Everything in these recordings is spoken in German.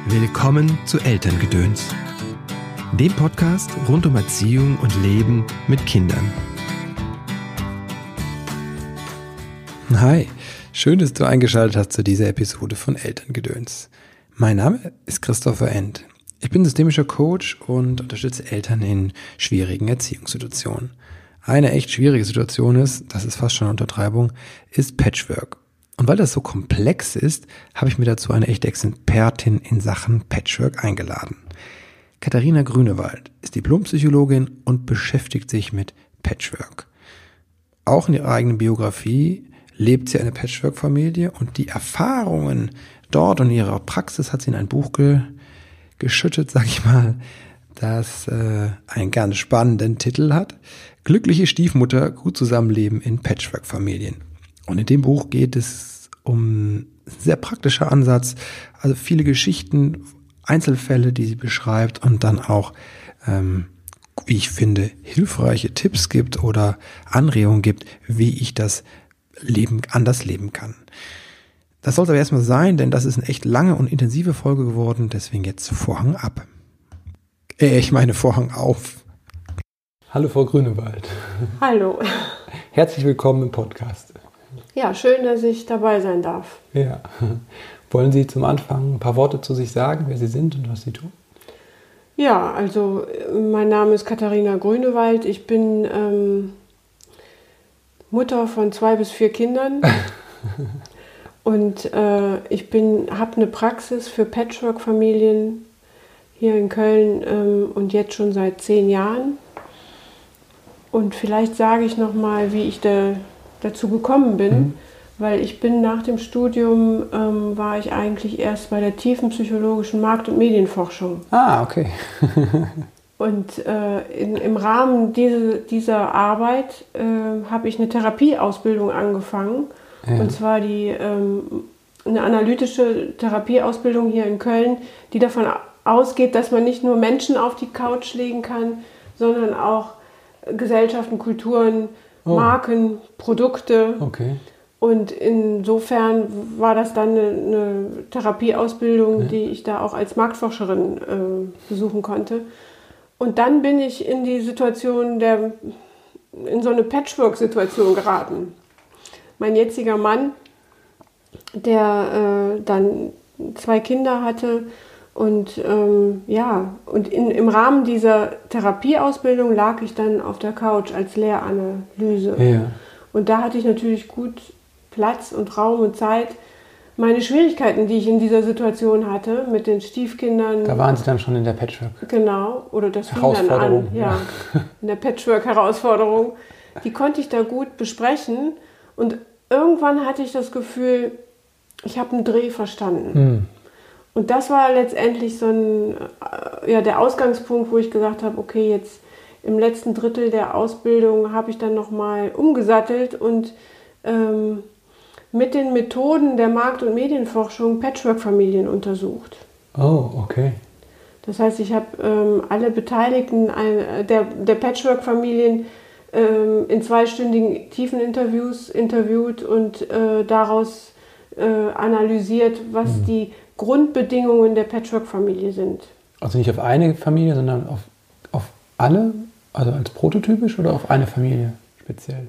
Willkommen zu Elterngedöns, dem Podcast rund um Erziehung und Leben mit Kindern. Hi, schön, dass du eingeschaltet hast zu dieser Episode von Elterngedöns. Mein Name ist Christopher End. Ich bin systemischer Coach und unterstütze Eltern in schwierigen Erziehungssituationen. Eine echt schwierige Situation ist, das ist fast schon eine Untertreibung, ist Patchwork. Und weil das so komplex ist, habe ich mir dazu eine echte Expertin in Sachen Patchwork eingeladen. Katharina Grünewald ist Diplompsychologin und beschäftigt sich mit Patchwork. Auch in ihrer eigenen Biografie lebt sie eine Patchwork-Familie und die Erfahrungen dort und ihrer Praxis hat sie in ein Buch geschüttet, sag ich mal, das einen ganz spannenden Titel hat. Glückliche Stiefmutter, gut zusammenleben in Patchwork-Familien. Und in dem Buch geht es um einen sehr praktischer Ansatz, also viele Geschichten, Einzelfälle, die sie beschreibt und dann auch, wie ich finde, hilfreiche Tipps gibt oder Anregungen gibt, wie ich das Leben anders leben kann. Das sollte aber erstmal sein, denn das ist eine echt lange und intensive Folge geworden, deswegen jetzt Vorhang ab. Vorhang auf. Hallo Frau Grünewald. Hallo. Herzlich willkommen im Podcast. Ja, schön, dass ich dabei sein darf. Ja. Wollen Sie zum Anfang ein paar Worte zu sich sagen, wer Sie sind und was Sie tun? Ja, also mein Name ist Katharina Grünewald. Ich bin Mutter von 2 bis 4 Kindern und ich habe eine Praxis für Patchwork-Familien hier in Köln und jetzt schon seit 10 Jahren. Und vielleicht sage ich nochmal, wie ich dazu gekommen bin, weil ich bin nach dem Studium, war ich eigentlich erst bei der tiefen psychologischen Markt- und Medienforschung. Ah, okay. Und im Rahmen dieser Arbeit habe ich eine Therapieausbildung angefangen. Ja. Und zwar eine analytische Therapieausbildung hier in Köln, die davon ausgeht, dass man nicht nur Menschen auf die Couch legen kann, sondern auch Gesellschaften, Kulturen, Marken, Produkte. Okay. Und insofern war das dann eine Therapieausbildung, die ich da auch als Marktforscherin besuchen konnte. Und dann bin ich in die Situation in so eine Patchwork-Situation geraten. Mein jetziger Mann, der dann 2 Kinder hatte und im Rahmen dieser Therapieausbildung lag ich dann auf der Couch als Lehranalyse. Ja. Und da hatte ich natürlich gut Platz und Raum und Zeit, meine Schwierigkeiten, die ich in dieser Situation hatte, mit den Stiefkindern. Da waren Sie dann schon in der Patchwork. Genau, oder das fing dann an, ja. In der Patchwork-Herausforderung. Die konnte ich da gut besprechen und irgendwann hatte ich das Gefühl, ich habe einen Dreh verstanden. Und das war letztendlich so der Ausgangspunkt, wo ich gesagt habe, okay, jetzt im letzten Drittel der Ausbildung habe ich dann nochmal umgesattelt und mit den Methoden der Markt- und Medienforschung Patchwork-Familien untersucht. Oh, okay. Das heißt, ich habe alle Beteiligten der Patchwork-Familien in 2-stündigen tiefen Interviews interviewt und daraus analysiert, was die Grundbedingungen der Patchwork-Familie sind. Also nicht auf eine Familie, sondern auf alle? Also als prototypisch oder auf eine Familie speziell?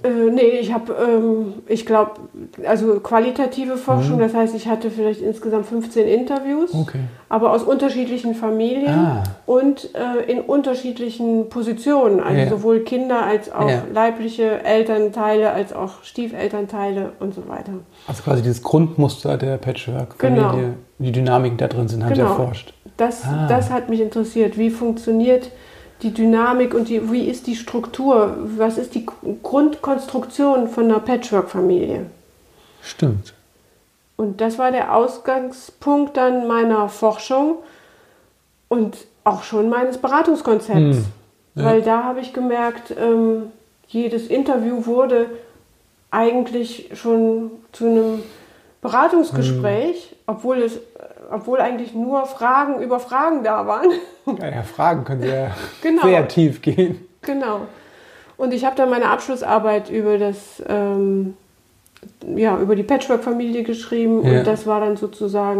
Ich glaube, also qualitative Forschung, das heißt, ich hatte vielleicht insgesamt 15 Interviews, aber aus unterschiedlichen Familien und in unterschiedlichen Positionen, also sowohl Kinder als auch leibliche Elternteile, als auch Stiefelternteile und so weiter. Also quasi dieses Grundmuster der Patchwork-Familie, die Dynamiken da drin sind, haben Sie erforscht. Das hat mich interessiert. Wie funktioniert die Dynamik und wie ist die Struktur? Was ist die Grundkonstruktion von einer Patchwork-Familie? Stimmt. Und das war der Ausgangspunkt dann meiner Forschung und auch schon meines Beratungskonzepts. Weil da habe ich gemerkt, jedes Interview wurde eigentlich schon zu einem Beratungsgespräch, obwohl eigentlich nur Fragen über Fragen da waren. Ja, Fragen können sehr, sehr tief gehen. Genau. Und ich habe dann meine Abschlussarbeit über die Patchwork-Familie geschrieben und das war dann sozusagen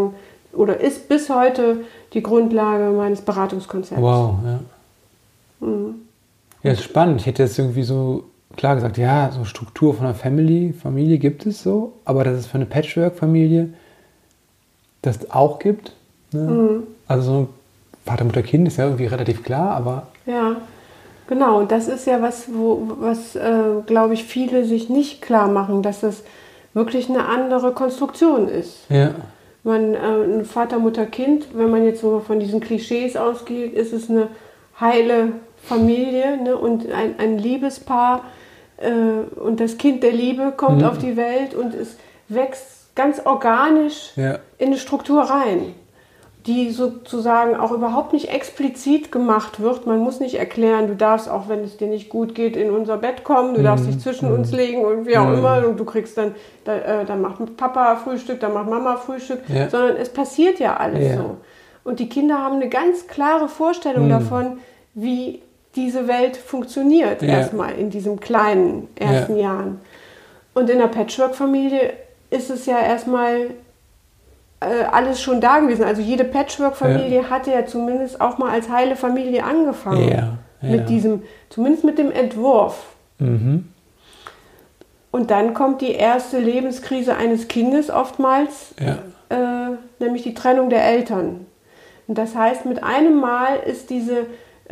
oder ist bis heute die Grundlage meines Beratungskonzepts. Wow, ja. Ja, ist spannend. Ich hätte jetzt irgendwie so klar gesagt, ja, so Struktur von einer Familie gibt es so, aber dass es für eine Patchwork-Familie das auch gibt. Ne? Also so Vater, Mutter, Kind ist ja irgendwie relativ klar, aber... Ja, genau. Und das ist ja was glaube ich, viele sich nicht klar machen, dass das wirklich eine andere Konstruktion ist. Ja. Ein Vater, Mutter, Kind, wenn man jetzt so von diesen Klischees ausgeht, ist es eine heile Familie, ne? Und ein Liebespaar und das Kind der Liebe kommt auf die Welt und es wächst ganz organisch in eine Struktur rein, die sozusagen auch überhaupt nicht explizit gemacht wird. Man muss nicht erklären, du darfst auch, wenn es dir nicht gut geht, in unser Bett kommen, du darfst dich zwischen uns legen und wie auch immer und du kriegst dann macht Papa Frühstück, dann macht Mama Frühstück, sondern es passiert ja alles so. Und die Kinder haben eine ganz klare Vorstellung davon, wie diese Welt funktioniert, erstmal in diesen kleinen ersten Jahren. Und in der Patchwork-Familie ist es ja erstmal alles schon da gewesen. Also jede Patchwork-Familie hatte ja zumindest auch mal als heile Familie angefangen. Zumindest mit dem Entwurf. Und dann kommt die erste Lebenskrise eines Kindes oftmals, nämlich die Trennung der Eltern. Und das heißt, mit einem Mal ist diese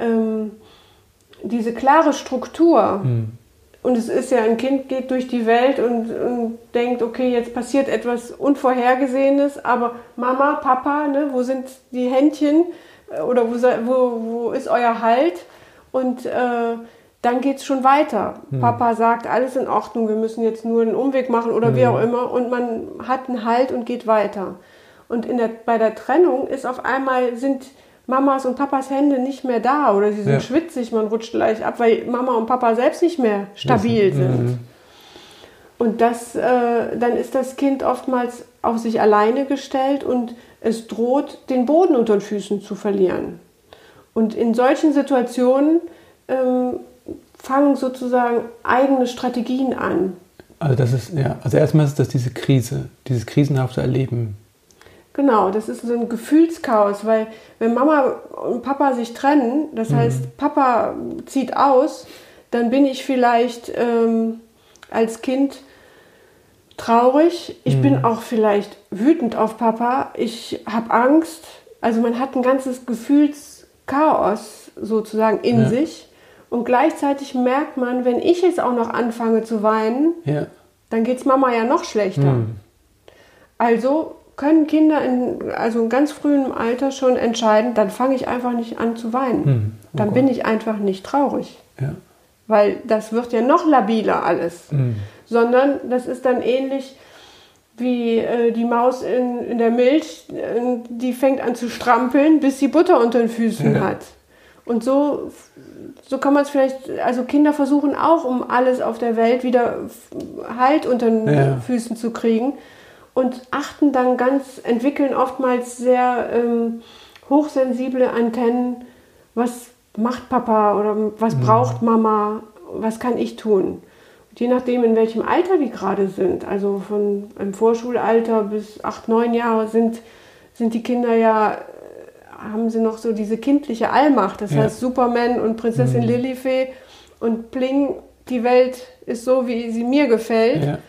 klare Struktur, und es ist ja, ein Kind geht durch die Welt und denkt, okay, jetzt passiert etwas Unvorhergesehenes, aber Mama, Papa, ne, wo sind die Händchen oder wo ist euer Halt? Und dann geht es schon weiter. Papa sagt, alles in Ordnung, wir müssen jetzt nur einen Umweg machen oder wie auch immer, und man hat einen Halt und geht weiter. Und bei der Trennung ist auf einmal sind Mamas und Papas Hände nicht mehr da oder sie sind schwitzig, man rutscht leicht ab, weil Mama und Papa selbst nicht mehr stabil sind. Und dann ist das Kind oftmals auf sich alleine gestellt und es droht, den Boden unter den Füßen zu verlieren. Und in solchen Situationen fangen sozusagen eigene Strategien an. Also erstmal ist das diese Krise, dieses krisenhafte Erleben. Genau, das ist so ein Gefühlschaos, weil wenn Mama und Papa sich trennen, das heißt, Papa zieht aus, dann bin ich vielleicht als Kind traurig, ich bin auch vielleicht wütend auf Papa, ich habe Angst, also man hat ein ganzes Gefühlschaos sozusagen in sich und gleichzeitig merkt man, wenn ich jetzt auch noch anfange zu weinen, dann geht es Mama ja noch schlechter. Also können Kinder in ganz frühem Alter schon entscheiden, dann fange ich einfach nicht an zu weinen. Dann bin ich einfach nicht traurig. Weil das wird ja noch labiler alles. Sondern das ist dann ähnlich wie die Maus in der Milch, die fängt an zu strampeln, bis sie Butter unter den Füßen hat. Und so kann man es vielleicht, also Kinder versuchen auch, um alles auf der Welt wieder Halt unter den Füßen zu kriegen. Und entwickeln oftmals sehr hochsensible Antennen, was macht Papa oder was braucht Mama, was kann ich tun. Und je nachdem, in welchem Alter die gerade sind, also von im Vorschulalter bis 8, 9 Jahre sind die Kinder haben sie noch so diese kindliche Allmacht. Das heißt Superman und Prinzessin Lilifee und pling, die Welt ist so, wie sie mir gefällt.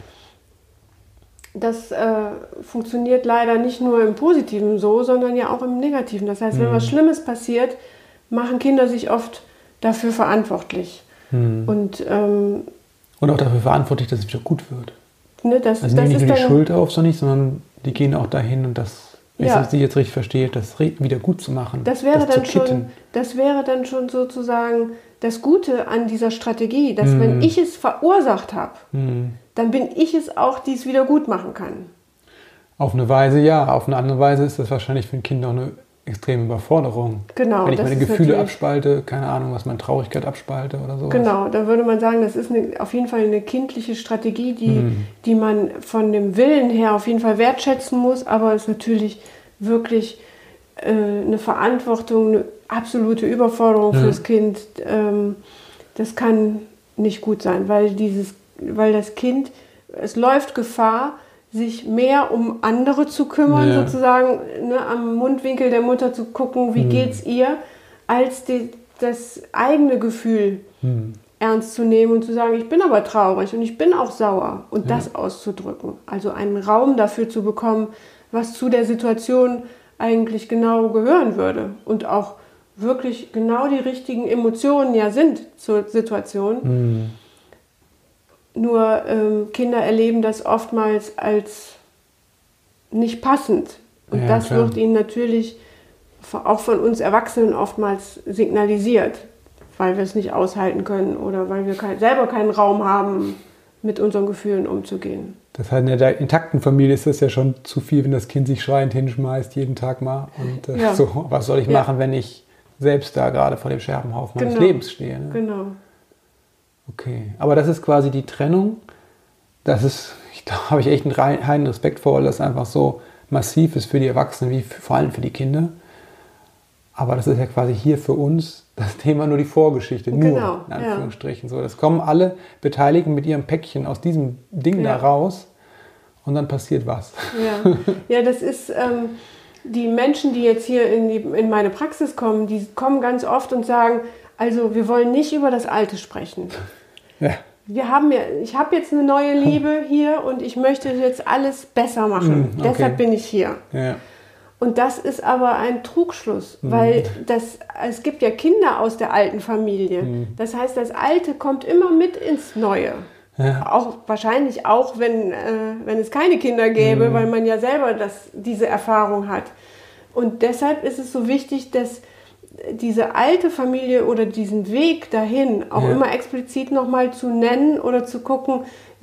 Das funktioniert leider nicht nur im Positiven so, sondern ja auch im Negativen. Das heißt, wenn was Schlimmes passiert, machen Kinder sich oft dafür verantwortlich. Und auch dafür verantwortlich, dass es wieder gut wird. Ne, also nehmen nicht nur die Schuld auf, sondern die gehen auch dahin und wenn ich sie jetzt richtig verstehe, das wieder gut zu machen. Das wäre dann schon sozusagen das Gute an dieser Strategie, dass wenn ich es verursacht habe, dann bin ich es auch, die es wieder gut machen kann. Auf eine Weise ja, auf eine andere Weise ist das wahrscheinlich für ein Kind auch eine extreme Überforderung. Genau. Wenn ich meine Gefühle abspalte, keine Ahnung, was meine Traurigkeit abspalte oder so. Genau, da würde man sagen, das ist auf jeden Fall eine kindliche Strategie, die man von dem Willen her auf jeden Fall wertschätzen muss, aber es ist natürlich wirklich eine Verantwortung, eine absolute Überforderung fürs Kind. Das kann nicht gut sein, weil das Kind, es läuft Gefahr, sich mehr um andere zu kümmern, sozusagen, ne, am Mundwinkel der Mutter zu gucken, wie geht's ihr, als das eigene Gefühl ernst zu nehmen und zu sagen, ich bin aber traurig und ich bin auch sauer und das auszudrücken. Also einen Raum dafür zu bekommen, was zu der Situation eigentlich genau gehören würde und auch wirklich genau die richtigen Emotionen ja sind zur Situation. Nur Kinder erleben das oftmals als nicht passend. Und das wird ihnen natürlich auch von uns Erwachsenen oftmals signalisiert, weil wir es nicht aushalten können oder weil wir selber keinen Raum haben, mit unseren Gefühlen umzugehen. Das heißt, in der intakten Familie ist das ja schon zu viel, wenn das Kind sich schreiend hinschmeißt, jeden Tag mal. Und so, was soll ich machen, wenn ich selbst da gerade vor dem Scherbenhaufen meines Lebens stehe? Ne? Genau. Okay, aber das ist quasi die Trennung. Da habe ich echt einen reinen Respekt vor, weil das einfach so massiv ist für die Erwachsenen, wie vor allem für die Kinder. Aber das ist ja quasi hier für uns das Thema nur die Vorgeschichte, nur in Anführungsstrichen. So, das kommen alle Beteiligten mit ihrem Päckchen aus diesem Ding da raus und dann passiert was. Ja, das ist die Menschen, die jetzt hier in meine Praxis kommen, die kommen ganz oft und sagen, also wir wollen nicht über das Alte sprechen. Ja. Ich habe jetzt eine neue Liebe hier und ich möchte jetzt alles besser machen. Okay. Deshalb bin ich hier. Ja. Und das ist aber ein Trugschluss, weil es gibt ja Kinder aus der alten Familie. Das heißt, das Alte kommt immer mit ins Neue. Ja. Wahrscheinlich auch, wenn es keine Kinder gäbe, weil man ja selber diese Erfahrung hat. Und deshalb ist es so wichtig, dass diese alte Familie oder diesen Weg dahin auch immer explizit nochmal zu nennen oder zu gucken,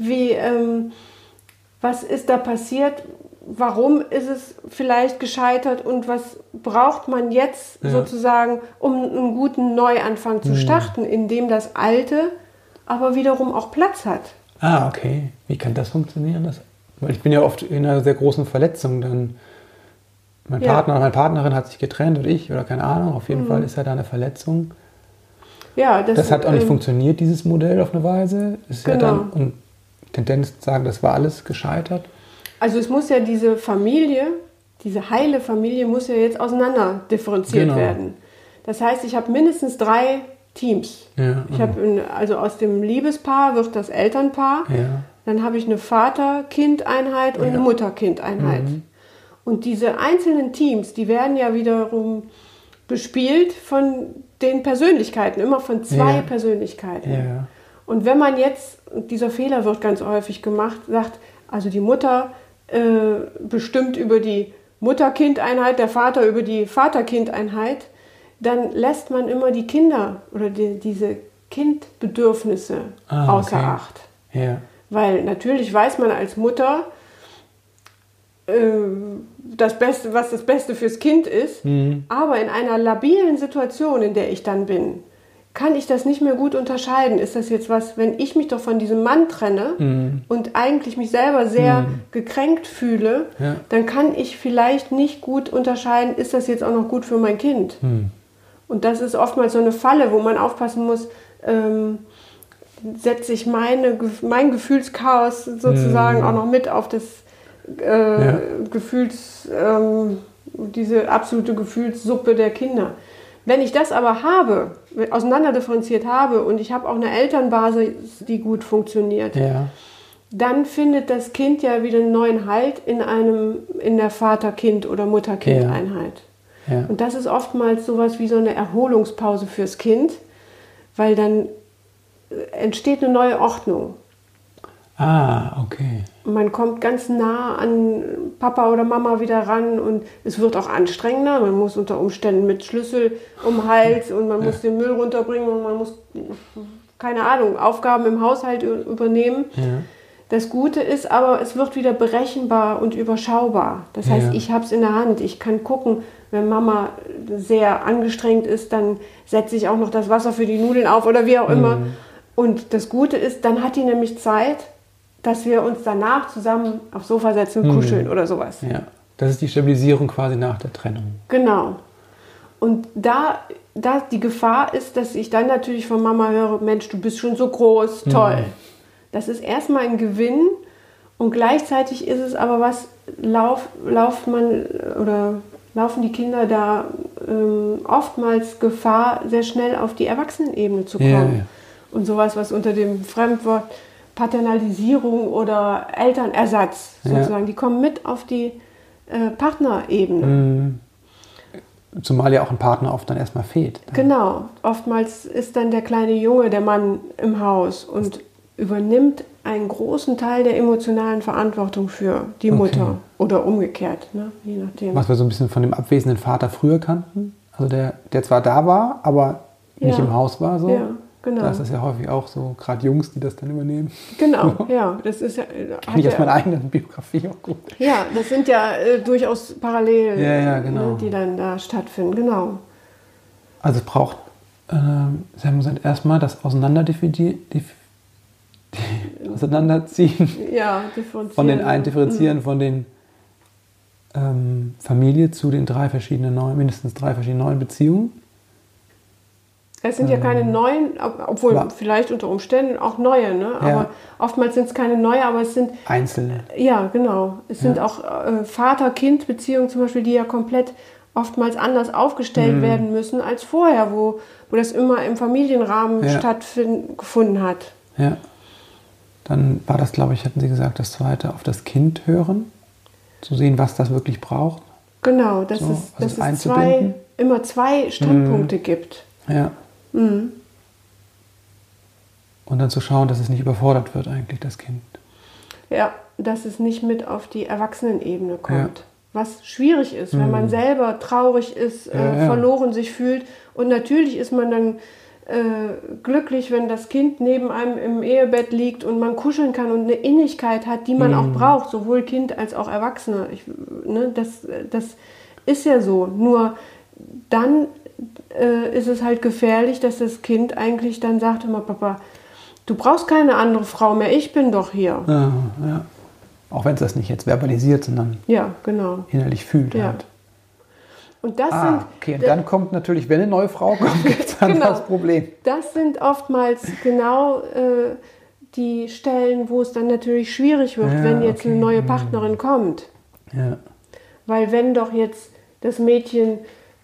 was ist da passiert, warum ist es vielleicht gescheitert und was braucht man jetzt sozusagen, um einen guten Neuanfang zu starten, indem das Alte aber wiederum auch Platz hat. Ah, okay. Wie kann das funktionieren? Weil ich bin ja oft in einer sehr großen Verletzung dann. Mein Partner oder meine Partnerin hat sich getrennt oder keine Ahnung, auf jeden Fall ist ja da eine Verletzung. Ja, das hat auch nicht funktioniert, dieses Modell auf eine Weise. Ist ja dann und Tendenz zu sagen, das war alles gescheitert. Also es muss ja diese Familie, diese heile Familie muss ja jetzt auseinander differenziert werden. Das heißt, ich habe mindestens 3 Teams. Ja, ich habe also aus dem Liebespaar wird das Elternpaar, dann habe ich eine Vater-Kind-Einheit und eine Mutter-Kind-Einheit. Und diese einzelnen Teams, die werden ja wiederum bespielt von den Persönlichkeiten, immer von 2 Persönlichkeiten. Ja. Und wenn man jetzt, dieser Fehler wird ganz häufig gemacht, sagt, also die Mutter bestimmt über die Mutter-Kind-Einheit, der Vater über die Vater-Kind-Einheit, dann lässt man immer die Kinder oder diese Kindbedürfnisse außer Acht. Ja. Weil natürlich weiß man als Mutter, was das Beste fürs Kind ist, aber in einer labilen Situation, in der ich dann bin, kann ich das nicht mehr gut unterscheiden. Ist das jetzt was, wenn ich mich doch von diesem Mann trenne und eigentlich mich selber sehr gekränkt fühle, dann kann ich vielleicht nicht gut unterscheiden, ist das jetzt auch noch gut für mein Kind? Und das ist oftmals so eine Falle, wo man aufpassen muss, setze ich mein Gefühlschaos sozusagen auch noch mit auf das diese absolute Gefühlssuppe der Kinder. Wenn ich das aber auseinanderdifferenziert habe und ich habe auch eine Elternbasis, die gut funktioniert, dann findet das Kind ja wieder einen neuen Halt in der Vater-Kind- oder Mutter-Kind-Einheit. Ja. Und das ist oftmals sowas wie so eine Erholungspause fürs Kind, weil dann entsteht eine neue Ordnung. Ah, okay. Man kommt ganz nah an Papa oder Mama wieder ran und es wird auch anstrengender. Man muss unter Umständen mit Schlüssel um den Hals und man muss den Müll runterbringen und man muss, keine Ahnung, Aufgaben im Haushalt übernehmen. Ja. Das Gute ist aber, es wird wieder berechenbar und überschaubar. Das heißt, ich habe es in der Hand. Ich kann gucken, wenn Mama sehr angestrengt ist, dann setze ich auch noch das Wasser für die Nudeln auf oder wie auch immer. Und das Gute ist, dann hat die nämlich Zeit, dass wir uns danach zusammen aufs Sofa setzen, kuscheln oder sowas. Ja, das ist die Stabilisierung quasi nach der Trennung. Genau. Und da die Gefahr ist, dass ich dann natürlich von Mama höre, Mensch, du bist schon so groß, toll. Das ist erstmal ein Gewinn Und gleichzeitig ist es aber laufen die Kinder da oftmals Gefahr, sehr schnell auf die Erwachsenenebene zu kommen. Ja. Und sowas, was unter dem Fremdwort Paternalisierung oder Elternersatz sozusagen, die kommen mit auf die Partnerebene. Zumal ja auch ein Partner oft dann erstmal fehlt. Genau, oftmals ist dann der kleine Junge, der Mann im Haus und übernimmt einen großen Teil der emotionalen Verantwortung für die Mutter oder umgekehrt, ne? Je nachdem. Was wir so ein bisschen von dem abwesenden Vater früher kannten, also der zwar da war, aber nicht im Haus war. So. Ja, genau. Da ist das ja häufig auch so, gerade Jungs, die das dann übernehmen. Genau, ja. Das ist ja, kenne ich aus meiner eigenen Biografie auch gut. Ja, das sind ja durchaus Parallelen, genau. ne, die dann da stattfinden, genau. Also es braucht, Sie haben gesagt, erstmal das Auseinanderziehen von den differenzieren von den Familie zu den mindestens drei verschiedenen neuen Beziehungen. Es sind ja keine neuen, obwohl vielleicht unter Umständen auch neue, ne? Aber oftmals sind es keine neue, aber es sind einzelne. Ja, genau. Es sind auch Vater-Kind-Beziehungen zum Beispiel, die ja komplett oftmals anders aufgestellt werden müssen als vorher, wo das immer im Familienrahmen stattgefunden hat. Ja. Dann war das, glaube ich, hatten Sie gesagt, das zweite, auf das Kind hören, zu sehen, was das wirklich braucht. Genau, dass es immer zwei Standpunkte gibt. Ja. Und dann zu schauen, dass es nicht überfordert wird eigentlich, das Kind. Ja, dass es nicht mit auf die Erwachsenenebene kommt. Ja. Was schwierig ist, wenn man selber traurig ist, verloren sich fühlt. Und natürlich ist man dann glücklich, wenn das Kind neben einem im Ehebett liegt und man kuscheln kann und eine Innigkeit hat, die man auch braucht, sowohl Kind als auch Erwachsene. Das ist ja so. Nur dann ist es halt gefährlich, dass das Kind eigentlich dann sagt, immer, Papa, du brauchst keine andere Frau mehr, ich bin doch hier. Ja. Auch wenn es das nicht jetzt verbalisiert, sondern innerlich fühlt. Ja. Halt. Und das und dann kommt natürlich, wenn eine neue Frau kommt, gibt es dann das Problem. Das sind oftmals genau die Stellen, wo es dann natürlich schwierig wird, wenn jetzt eine neue Partnerin kommt. Ja. Weil wenn doch jetzt das Mädchen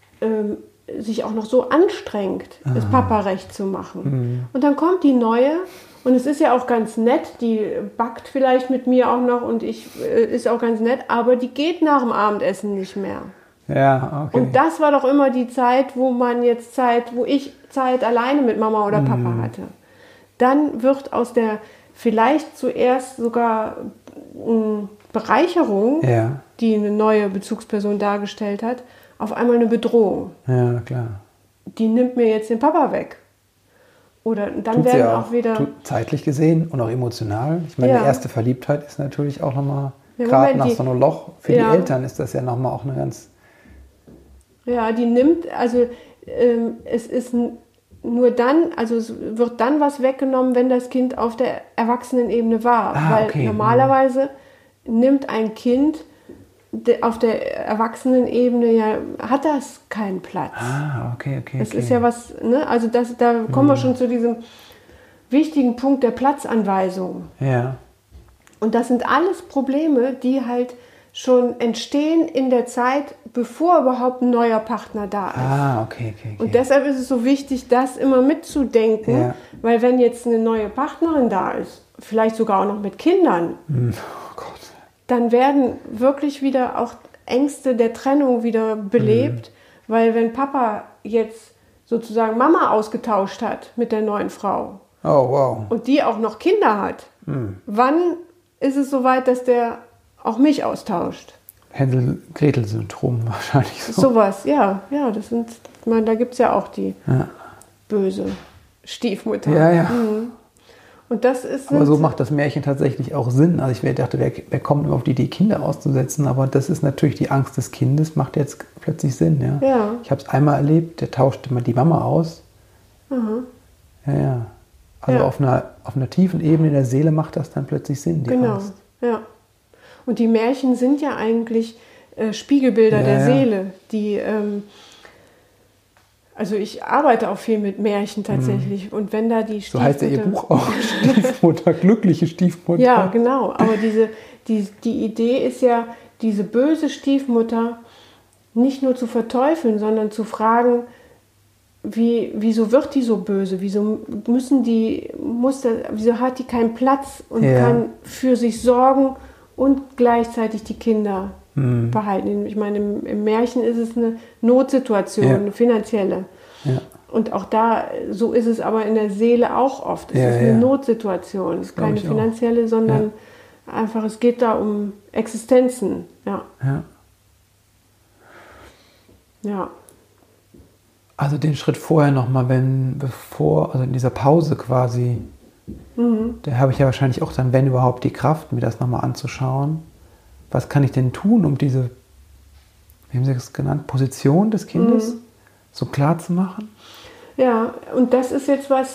sich auch noch so anstrengt, das Papa-Recht zu machen. Und dann kommt die neue und es ist ja auch ganz nett, die backt vielleicht mit mir auch noch und ist auch ganz nett, aber die geht nach dem Abendessen nicht mehr. Ja, okay. Und das war doch immer die Zeit, wo ich Zeit alleine mit Mama oder Papa hatte. Dann wird aus der vielleicht zuerst sogar Bereicherung, die eine neue Bezugsperson dargestellt hat, auf einmal eine Bedrohung. Ja, klar. Die nimmt mir jetzt den Papa weg. Oder dann Tut werden sie auch wieder... Zeitlich gesehen und auch emotional. Ich meine, die erste Verliebtheit ist natürlich auch nochmal, gerade nach so einem Loch, für die Eltern ist das ja nochmal auch eine ganz... Ja, die nimmt, also es ist nur dann, also es wird dann was weggenommen, wenn das Kind auf der Erwachsenenebene war. Weil normalerweise nimmt ein Kind auf der Erwachsenenebene hat das keinen Platz. Okay. Das ist ja was, ne? Also da kommen wir schon zu diesem wichtigen Punkt der Platzanweisung. Ja. Und das sind alles Probleme, die halt schon entstehen in der Zeit, bevor überhaupt ein neuer Partner da ist. Okay. Und deshalb ist es so wichtig, das immer mitzudenken, weil wenn jetzt eine neue Partnerin da ist, vielleicht sogar auch noch mit Kindern, dann werden wirklich wieder auch Ängste der Trennung wieder belebt, weil wenn Papa jetzt sozusagen Mama ausgetauscht hat mit der neuen Frau und die auch noch Kinder hat, wann ist es soweit, dass der auch mich austauscht? Hänsel-Gretel-Syndrom wahrscheinlich so. Sowas, ja, das sind, da gibt es ja auch die böse Stiefmutter. Ja. Und das ist... Aber so macht das Märchen tatsächlich auch Sinn. Also ich dachte, wer kommt auf die Idee, Kinder auszusetzen? Aber das ist natürlich die Angst des Kindes, macht jetzt plötzlich Sinn. Ja. Ich habe es einmal erlebt, der tauschte immer die Mama aus. Ja. Also auf einer tiefen Ebene der Seele macht das dann plötzlich Sinn, die Angst. Ja. Und die Märchen sind ja eigentlich Spiegelbilder der Seele, die Also ich arbeite auch viel mit Märchen tatsächlich. Und wenn da die Stiefmutter... So heißt ja Ihr Buch auch, Stiefmutter, glückliche Stiefmutter. Ja, genau. Aber die Idee ist ja, diese böse Stiefmutter nicht nur zu verteufeln, sondern zu fragen, wieso wird die so böse? Wieso hat die keinen Platz und kann für sich sorgen und gleichzeitig die Kinder behalten? Ich meine, im Märchen ist es eine Notsituation, eine finanzielle. Ja. Und auch da, so ist es aber in der Seele auch oft. Es ist eine Notsituation. Es ist keine finanzielle, sondern einfach, es geht da um Existenzen. Ja. Also den Schritt vorher nochmal, also in dieser Pause quasi, da habe ich ja wahrscheinlich auch dann, wenn überhaupt, die Kraft, mir das nochmal anzuschauen. Was kann ich denn tun, um diese, wie haben Sie das genannt, Position des Kindes so klar zu machen? Ja, und das ist jetzt was,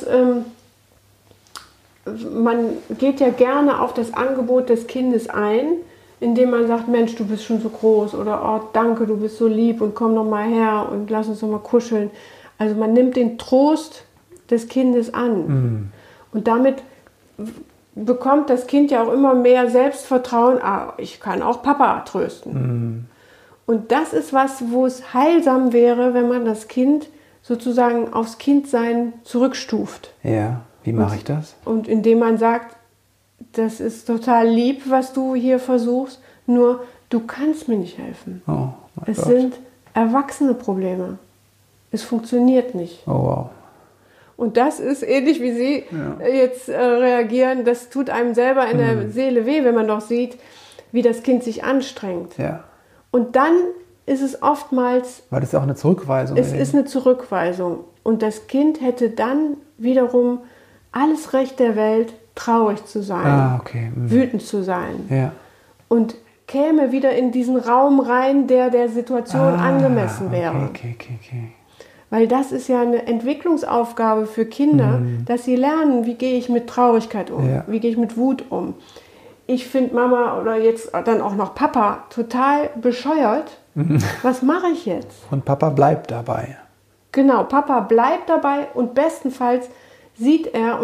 man geht ja gerne auf das Angebot des Kindes ein, indem man sagt, Mensch, du bist schon so groß oder oh, danke, du bist so lieb und komm noch mal her und lass uns noch mal kuscheln. Also man nimmt den Trost des Kindes an. Und damit bekommt das Kind ja auch immer mehr Selbstvertrauen, ich kann auch Papa trösten. Und das ist was, wo es heilsam wäre, wenn man das Kind sozusagen aufs Kindsein zurückstuft. Ja, wie mache ich das? Und indem man sagt, das ist total lieb, was du hier versuchst, nur du kannst mir nicht helfen. Oh, es sind erwachsene Probleme. Es funktioniert nicht. Oh, wow. Und das ist ähnlich wie Sie jetzt reagieren. Das tut einem selber in der Seele weh, wenn man doch sieht, wie das Kind sich anstrengt. Ja. Und dann ist es oftmals... Weil das ist auch eine Zurückweisung. Es ist eine Zurückweisung. Und das Kind hätte dann wiederum alles Recht der Welt, traurig zu sein, wütend zu sein. Ja. Und käme wieder in diesen Raum rein, der Situation angemessen wäre. Okay. Weil das ist ja eine Entwicklungsaufgabe für Kinder, dass sie lernen, wie gehe ich mit Traurigkeit um, wie gehe ich mit Wut um. Ich finde Mama oder jetzt dann auch noch Papa total bescheuert. Was mache ich jetzt? Und Papa bleibt dabei. Genau, Papa bleibt dabei und bestenfalls sieht er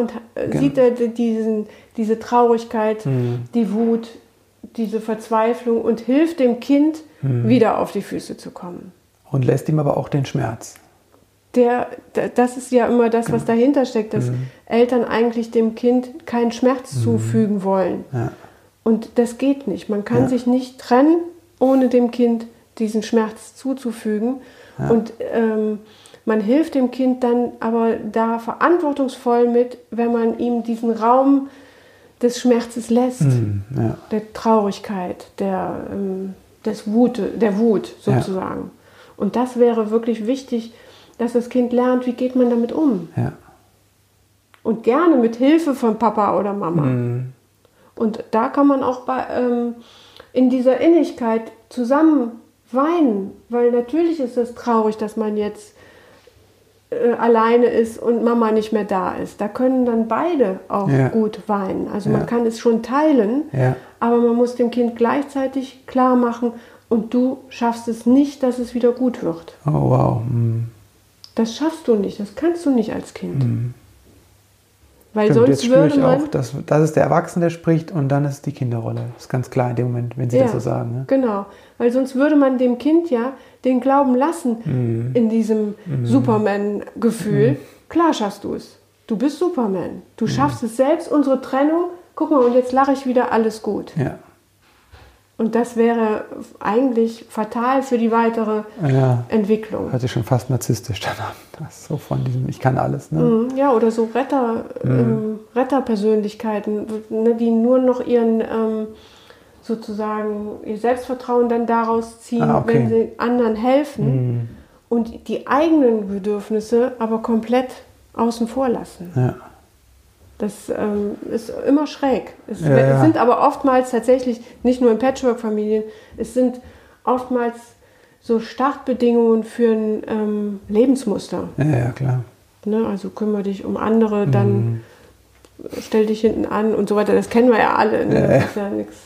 diese Traurigkeit, die Wut, diese Verzweiflung und hilft dem Kind, wieder auf die Füße zu kommen. Und lässt ihm aber auch den Schmerz. Das ist ja immer das, was dahinter steckt, dass Eltern eigentlich dem Kind keinen Schmerz zufügen wollen. Ja. Und das geht nicht. Man kann sich nicht trennen, ohne dem Kind diesen Schmerz zuzufügen. Ja. Und man hilft dem Kind dann aber da verantwortungsvoll mit, wenn man ihm diesen Raum des Schmerzes lässt, der Traurigkeit, der Wut sozusagen. Ja. Und das wäre wirklich wichtig, dass das Kind lernt, wie geht man damit um. Ja. Und gerne mit Hilfe von Papa oder Mama. Und da kann man auch in dieser Innigkeit zusammen weinen, weil natürlich ist es traurig, dass man jetzt alleine ist und Mama nicht mehr da ist. Da können dann beide auch gut weinen. Also man kann es schon teilen, aber man muss dem Kind gleichzeitig klar machen, und du schaffst es nicht, dass es wieder gut wird. Oh, wow. Das schaffst du nicht, das kannst du nicht als Kind. Weil stimmt, sonst jetzt würde man... Auch, das ist der Erwachsene, der spricht, und dann ist die Kinderrolle. Das ist ganz klar in dem Moment, wenn Sie das so sagen. Ne? Genau, weil sonst würde man dem Kind ja den Glauben lassen in diesem Superman-Gefühl. Klar schaffst du es. Du bist Superman. Du schaffst es selbst, unsere Trennung. Guck mal, und jetzt lache ich wieder, alles gut. Ja. Und das wäre eigentlich fatal für die weitere Entwicklung. Hört sich schon fast narzisstisch dann an. Das ist so von diesem, ich kann alles. Ne? Ja, oder so Retterpersönlichkeiten, ne, die nur noch ihren sozusagen ihr Selbstvertrauen dann daraus ziehen, wenn sie anderen helfen und die eigenen Bedürfnisse aber komplett außen vor lassen. Ja. Das ist immer schräg. Es sind aber oftmals tatsächlich, nicht nur in Patchwork-Familien, es sind oftmals so Startbedingungen für ein Lebensmuster. Ja, klar. Ne, also kümmere dich um andere, dann stell dich hinten an und so weiter. Das kennen wir ja alle. Ne? Das ist ja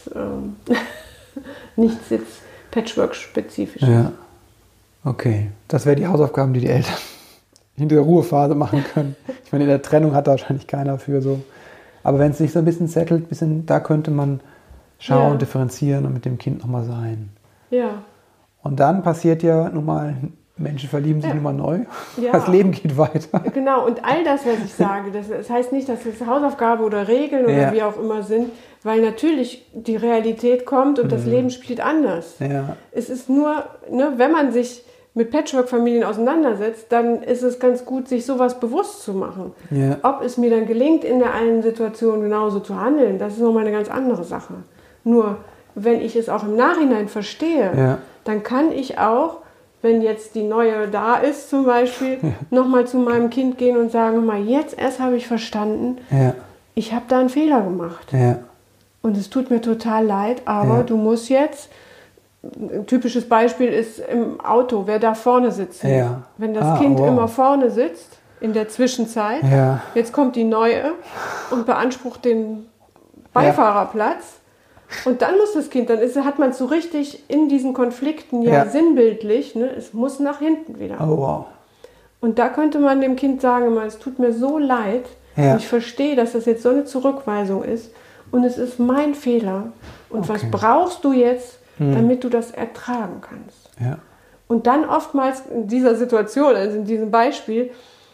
nichts jetzt Patchwork-spezifisches. Ja. Okay, das wäre die Hausaufgaben, die Eltern in der Ruhephase machen können. Ich meine, in der Trennung hat da wahrscheinlich keiner für so. Aber wenn es sich so ein bisschen settelt, da könnte man schauen, differenzieren und mit dem Kind nochmal sein. Ja. Und dann passiert ja nun mal, Menschen verlieben sich nun mal neu. Ja. Das Leben geht weiter. Genau, und all das, was ich sage, das heißt nicht, dass es Hausaufgabe oder Regeln oder wie auch immer sind, weil natürlich die Realität kommt und das Leben spielt anders. Ja. Es ist nur, wenn man sich mit Patchwork-Familien auseinandersetzt, dann ist es ganz gut, sich sowas bewusst zu machen. Ja. Ob es mir dann gelingt, in der einen Situation genauso zu handeln, das ist nochmal eine ganz andere Sache. Nur, wenn ich es auch im Nachhinein verstehe, dann kann ich auch, wenn jetzt die neue da ist zum Beispiel, nochmal zu meinem Kind gehen und sagen, mal, jetzt erst habe ich verstanden, ich habe da einen Fehler gemacht. Ja. Und es tut mir total leid, aber du musst jetzt, ein typisches Beispiel ist im Auto, wer darf vorne sitzen? Ja. Wenn das Kind immer vorne sitzt, in der Zwischenzeit, jetzt kommt die Neue und beansprucht den Beifahrerplatz. Und dann muss das Kind, hat man es so richtig in diesen Konflikten sinnbildlich, es muss nach hinten wieder. Oh, wow. Und da könnte man dem Kind sagen, es tut mir so leid, und ich verstehe, dass das jetzt so eine Zurückweisung ist und es ist mein Fehler. Und was brauchst du jetzt, damit du das ertragen kannst? Ja. Und dann oftmals in dieser Situation, also in diesem Beispiel,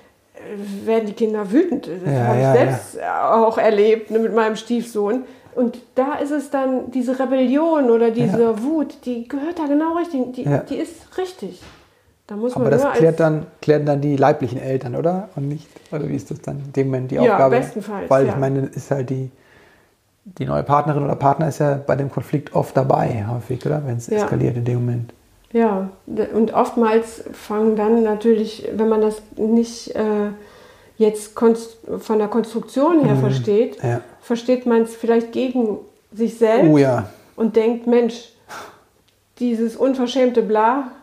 werden die Kinder wütend. Das habe ich selbst auch erlebt mit meinem Stiefsohn. Und da ist es dann, diese Rebellion oder diese Wut, die gehört da genau richtig, die ist richtig. Da muss man aber das klären dann die leiblichen Eltern, oder? Und nicht, oder wie ist das dann in dem Moment die Aufgabe? Ja, bestenfalls, weil ich meine, ist halt die neue Partnerin oder Partner ist ja bei dem Konflikt oft dabei, häufig, oder? Wenn es eskaliert in dem Moment. Ja, und oftmals fangen dann natürlich, wenn man das nicht jetzt von der Konstruktion her versteht man es vielleicht gegen sich selbst und denkt, Mensch, dieses unverschämte Bla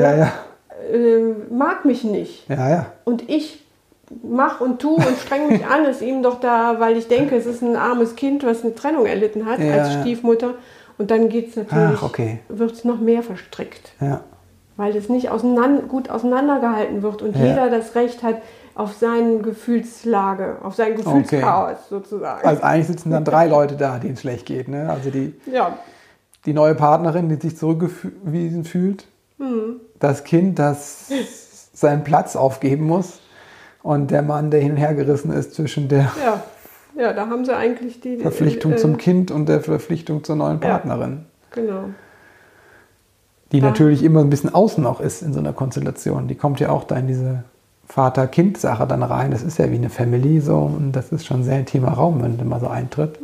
mag mich nicht. Und ich mache und tue und streng mich an, es ihm doch da, weil ich denke, es ist ein armes Kind, was eine Trennung erlitten hat als Stiefmutter. Und dann geht es natürlich, wird es noch mehr verstrickt. Ja. Weil es nicht gut auseinandergehalten wird und jeder das Recht hat, auf seine Gefühlslage, auf sein Gefühlschaos sozusagen. Also eigentlich sitzen dann 3 Leute da, denen es schlecht geht. Ne? Also die neue Partnerin, die sich zurückgewiesen fühlt, das Kind, das seinen Platz aufgeben muss und der Mann, der hin und her gerissen ist zwischen der da haben sie eigentlich die Verpflichtung zum Kind und der Verpflichtung zur neuen Partnerin. Genau. Die natürlich immer ein bisschen außen auch ist in so einer Konstellation. Die kommt ja auch da in diese Vater-Kind-Sache dann rein. Das ist ja wie eine Family so und das ist schon ein sehr intimer Raum, wenn das mal so eintritt.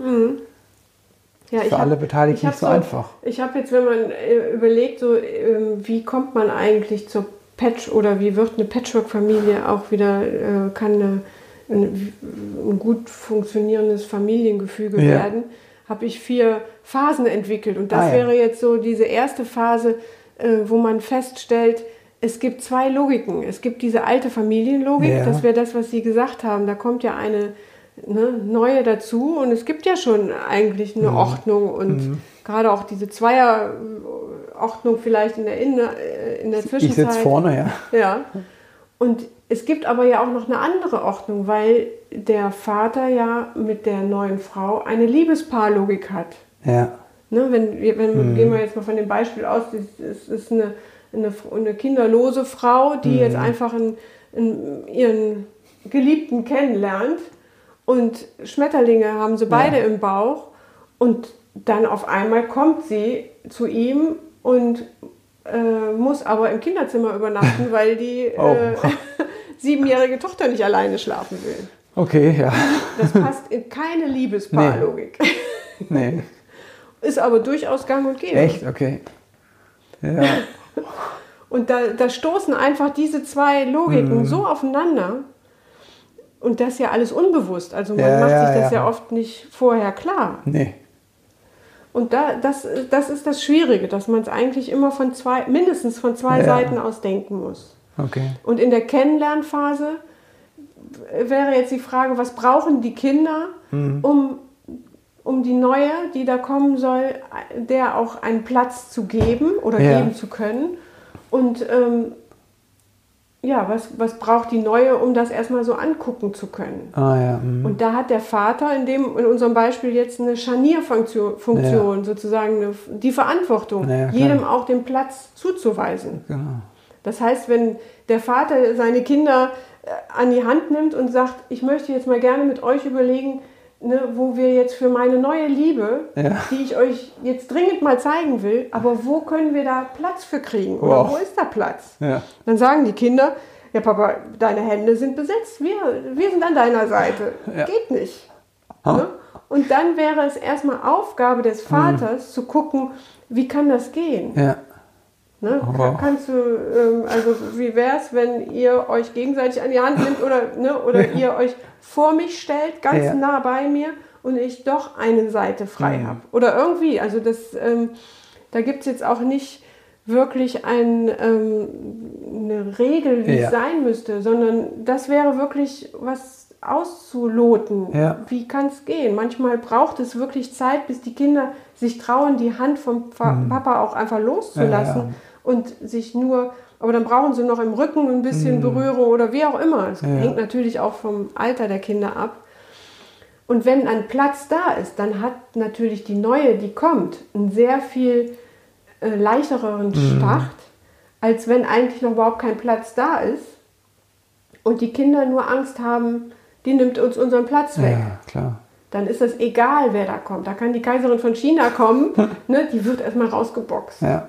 Ja, für alle Beteiligten nicht so einfach. Ich habe jetzt, wenn man überlegt, so, wie kommt man eigentlich zur oder wie wird eine Patchwork-Familie auch wieder, kann ein gut funktionierendes Familiengefüge werden, habe ich 4 Phasen entwickelt. Und das wäre jetzt so diese erste Phase, wo man feststellt, es gibt 2 Logiken. Es gibt diese alte Familienlogik, das wäre das, was Sie gesagt haben. Da kommt ja eine neue dazu und es gibt ja schon eigentlich eine Ordnung und gerade auch diese Zweierordnung vielleicht in der Zwischenzeit. Ich sitze vorne, Ja. Und es gibt aber ja auch noch eine andere Ordnung, weil der Vater ja mit der neuen Frau eine Liebespaarlogik hat. Ja. Gehen wir jetzt mal von dem Beispiel aus, es ist eine kinderlose Frau, die jetzt einfach ihren Geliebten kennenlernt und Schmetterlinge haben sie beide im Bauch und dann auf einmal kommt sie zu ihm und muss aber im Kinderzimmer übernachten, weil die 7-jährige Tochter nicht alleine schlafen will. Okay, ja. Das passt in keine Liebespaarlogik. Nee. Ist aber durchaus gang und gäbe. Echt? Okay. Ja. Und da stoßen einfach diese 2 Logiken so aufeinander. Und das ja alles unbewusst. Also man macht sich das ja oft nicht vorher klar. Nee. Und das ist das Schwierige, dass man es eigentlich immer mindestens von 2 Seiten aus denken muss. Okay. Und in der Kennenlernphase wäre jetzt die Frage, was brauchen die Kinder, um die Neue, die da kommen soll, der auch einen Platz zu geben oder geben zu können. Und was braucht die Neue, um das erstmal so angucken zu können. Und da hat der Vater in unserem Beispiel jetzt eine Scharnierfunktion, sozusagen die Verantwortung, jedem auch den Platz zuzuweisen. Genau. Das heißt, wenn der Vater seine Kinder an die Hand nimmt und sagt, ich möchte jetzt mal gerne mit euch überlegen, wo wir jetzt für meine neue Liebe, die ich euch jetzt dringend mal zeigen will, aber wo können wir da Platz für kriegen? Oder wo ist da Platz? Ja. Dann sagen die Kinder, ja Papa, deine Hände sind besetzt, wir sind an deiner Seite. Ja. Geht nicht. Ne? Und dann wäre es erstmal Aufgabe des Vaters zu gucken, wie kann das gehen? Ja. Ne? Kannst du, also wie wäre es, wenn ihr euch gegenseitig an die Hand nimmt oder ihr euch vor mich stellt, ganz nah bei mir und ich doch eine Seite frei habe. Oder irgendwie, also da gibt es jetzt auch nicht wirklich eine Regel, wie es sein müsste, sondern das wäre wirklich was auszuloten. Ja. Wie kann es gehen? Manchmal braucht es wirklich Zeit, bis die Kinder sich trauen, die Hand vom Papa auch einfach loszulassen. Und sich aber dann brauchen sie noch im Rücken ein bisschen Berührung oder wie auch immer. Es hängt natürlich auch vom Alter der Kinder ab. Und wenn ein Platz da ist, dann hat natürlich die Neue, die kommt, einen sehr viel leichteren Start, als wenn eigentlich noch überhaupt kein Platz da ist und die Kinder nur Angst haben, die nimmt uns unseren Platz weg. Ja, klar. Dann ist das egal, wer da kommt. Da kann die Kaiserin von China kommen, die wird erstmal rausgeboxt. Ja.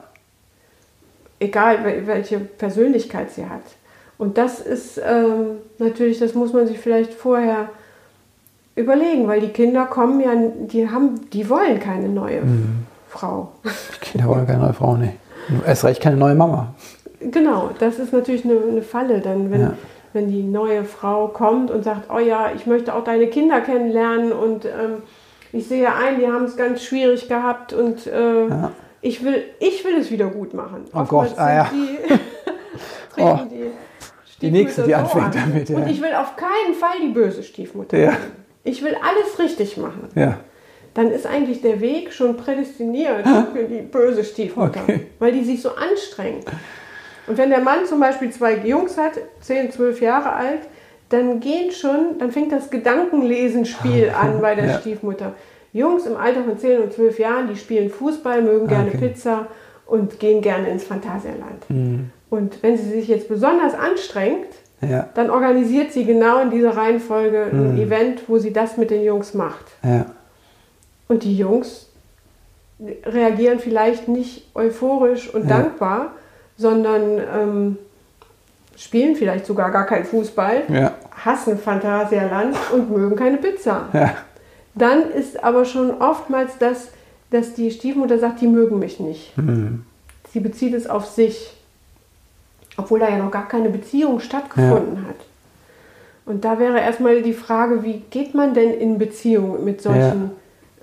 Egal, welche Persönlichkeit sie hat. Und das ist natürlich, das muss man sich vielleicht vorher überlegen, weil die Kinder kommen ja, die wollen keine neue Frau. Die Kinder wollen keine neue Frau, nee. Erst recht keine neue Mama. Genau, das ist natürlich eine Falle, dann wenn die neue Frau kommt und sagt, oh ja, ich möchte auch deine Kinder kennenlernen und ich sehe ein, die haben es ganz schwierig gehabt und ich will es wieder gut machen. Oh Gott, die nächste, die anfängt damit. Ja. Und ich will auf keinen Fall die böse Stiefmutter sein. Ich will alles richtig machen. Ja. Dann ist eigentlich der Weg schon prädestiniert für die böse Stiefmutter, weil die sich so anstrengt. Und wenn der Mann zum Beispiel 2 Jungs hat, 10, 12 Jahre alt, dann fängt das Gedankenlesenspiel an bei der Stiefmutter. Jungs im Alter von 10 und 12 Jahren, die spielen Fußball, mögen gerne Pizza und gehen gerne ins Phantasialand. Und wenn sie sich jetzt besonders anstrengt, dann organisiert sie genau in dieser Reihenfolge ein Event, wo sie das mit den Jungs macht. Ja. Und die Jungs reagieren vielleicht nicht euphorisch und dankbar, sondern spielen vielleicht sogar gar keinen Fußball, hassen Phantasialand und mögen keine Pizza. Ja. Dann ist aber schon oftmals dass die Stiefmutter sagt, die mögen mich nicht. Sie bezieht es auf sich, obwohl da ja noch gar keine Beziehung stattgefunden hat. Und da wäre erstmal die Frage, wie geht man denn in Beziehung mit solchen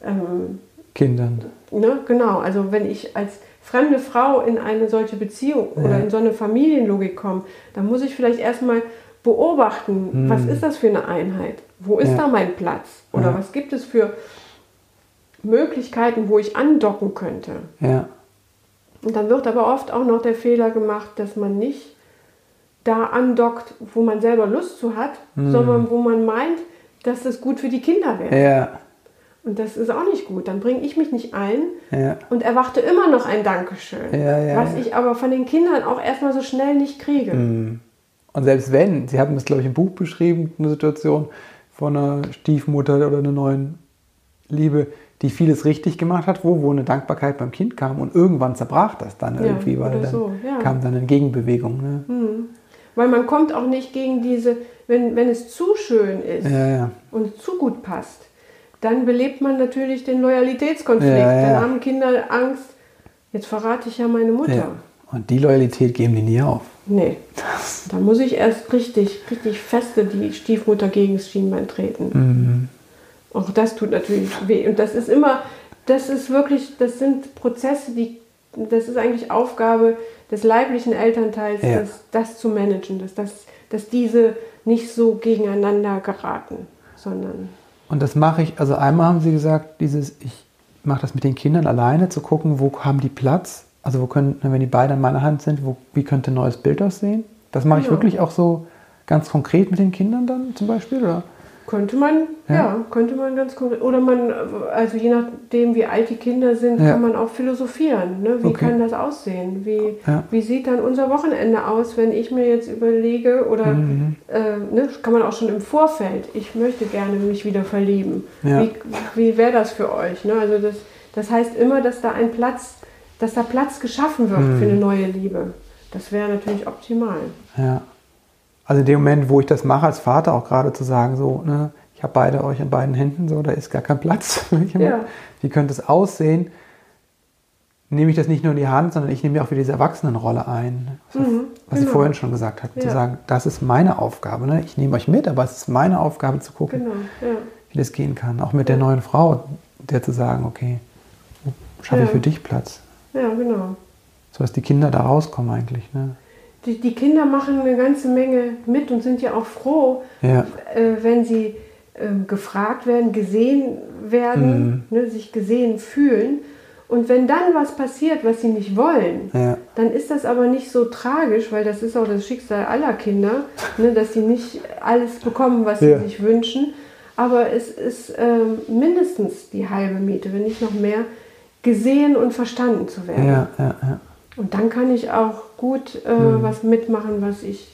Kindern? Ne? Genau, also wenn ich als fremde Frau in eine solche Beziehung oder in so eine Familienlogik komme, dann muss ich vielleicht erstmal beobachten, was ist das für eine Einheit? Wo ist da mein Platz? Oder was gibt es für Möglichkeiten, wo ich andocken könnte? Ja. Und dann wird aber oft auch noch der Fehler gemacht, dass man nicht da andockt, wo man selber Lust zu hat, sondern wo man meint, dass das gut für die Kinder wäre. Ja. Und das ist auch nicht gut. Dann bringe ich mich nicht ein und erwarte immer noch ein Dankeschön, was ich aber von den Kindern auch erstmal so schnell nicht kriege. Und selbst wenn, Sie haben das, glaube ich, im Buch beschrieben, eine Situation von einer Stiefmutter oder einer neuen Liebe, die vieles richtig gemacht hat, wo eine Dankbarkeit beim Kind kam und irgendwann zerbrach das dann irgendwie, weil dann kam dann eine Gegenbewegung. Ne? Weil man kommt auch nicht gegen diese, wenn es zu schön ist und zu gut passt, dann belebt man natürlich den Loyalitätskonflikt. Dann haben Kinder Angst, jetzt verrate ich ja meine Mutter. Ja. Und die Loyalität geben die nie auf. Nee, da muss ich erst richtig feste die Stiefmutter gegen das Schienbein treten. Auch das tut natürlich weh. Und das ist das sind Prozesse, das ist eigentlich Aufgabe des leiblichen Elternteils, das zu managen, dass diese nicht so gegeneinander geraten, sondern... Und das mache ich, also einmal haben Sie gesagt, ich mache das mit den Kindern alleine, zu gucken, wo haben die Platz, also wenn die beide in meiner Hand sind, wie könnte ein neues Bild aussehen? Das mache ich wirklich auch so ganz konkret mit den Kindern dann zum Beispiel, oder? Könnte man ganz konkret. Oder also je nachdem, wie alt die Kinder sind, kann man auch philosophieren. Ne? Wie kann das aussehen? Wie sieht dann unser Wochenende aus, wenn ich mir jetzt überlege, oder kann man auch schon im Vorfeld, ich möchte gerne mich wieder verlieben. Ja. Wie wäre das für euch? Ne? Also das heißt immer, dass da Platz geschaffen wird für eine neue Liebe. Das wäre natürlich optimal. Ja. Also in dem Moment, wo ich das mache als Vater, auch gerade zu sagen, so, ne, ich habe euch in beiden Händen, so, da ist gar kein Platz. Wie könnte es aussehen? Nehme ich das nicht nur in die Hand, sondern ich nehme mir auch wieder diese Erwachsenenrolle ein. Was ich vorhin schon gesagt habe. Zu sagen, das ist meine Aufgabe. Ne? Ich nehme euch mit, aber es ist meine Aufgabe zu gucken, wie das gehen kann. Auch mit der neuen Frau, der zu sagen, okay, wo schaffe ich für dich Platz? Ja, genau. So dass die Kinder da rauskommen eigentlich, ne? Die Kinder machen eine ganze Menge mit und sind ja auch froh, wenn sie gefragt werden, gesehen werden, sich gesehen fühlen. Und wenn dann was passiert, was sie nicht wollen, dann ist das aber nicht so tragisch, weil das ist auch das Schicksal aller Kinder, ne, dass sie nicht alles bekommen, was sie sich wünschen. Aber es ist mindestens die halbe Miete, wenn nicht noch mehr, gesehen und verstanden zu werden. Und dann kann ich auch gut was mitmachen, was ich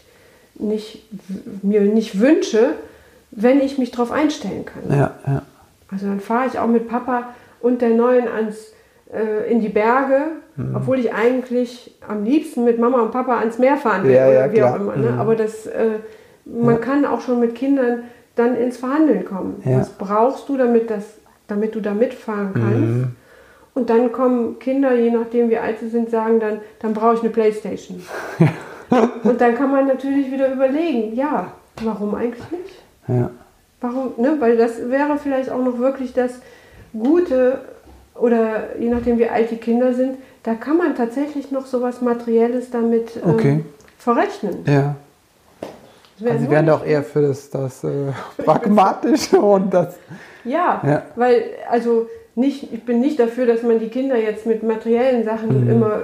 mir nicht wünsche, wenn ich mich darauf einstellen kann. Also dann fahre ich auch mit Papa und der Neuen in die Berge, obwohl ich eigentlich am liebsten mit Mama und Papa ans Meer fahren will oder wie auch immer. Ne? Aber man kann auch schon mit Kindern dann ins Verhandeln kommen. Was brauchst du, damit du da mitfahren kannst? Und dann kommen Kinder, je nachdem wie alt sie sind, sagen dann brauche ich eine Playstation. Und dann kann man natürlich wieder überlegen, warum eigentlich nicht? Warum? Ne? Weil das wäre vielleicht auch noch wirklich das Gute, oder je nachdem wie alt die Kinder sind, da kann man tatsächlich noch so was Materielles damit verrechnen. Also Sie wären da auch eher für das Pragmatische und das... Weil, also... ich bin nicht dafür, dass man die Kinder jetzt mit materiellen Sachen immer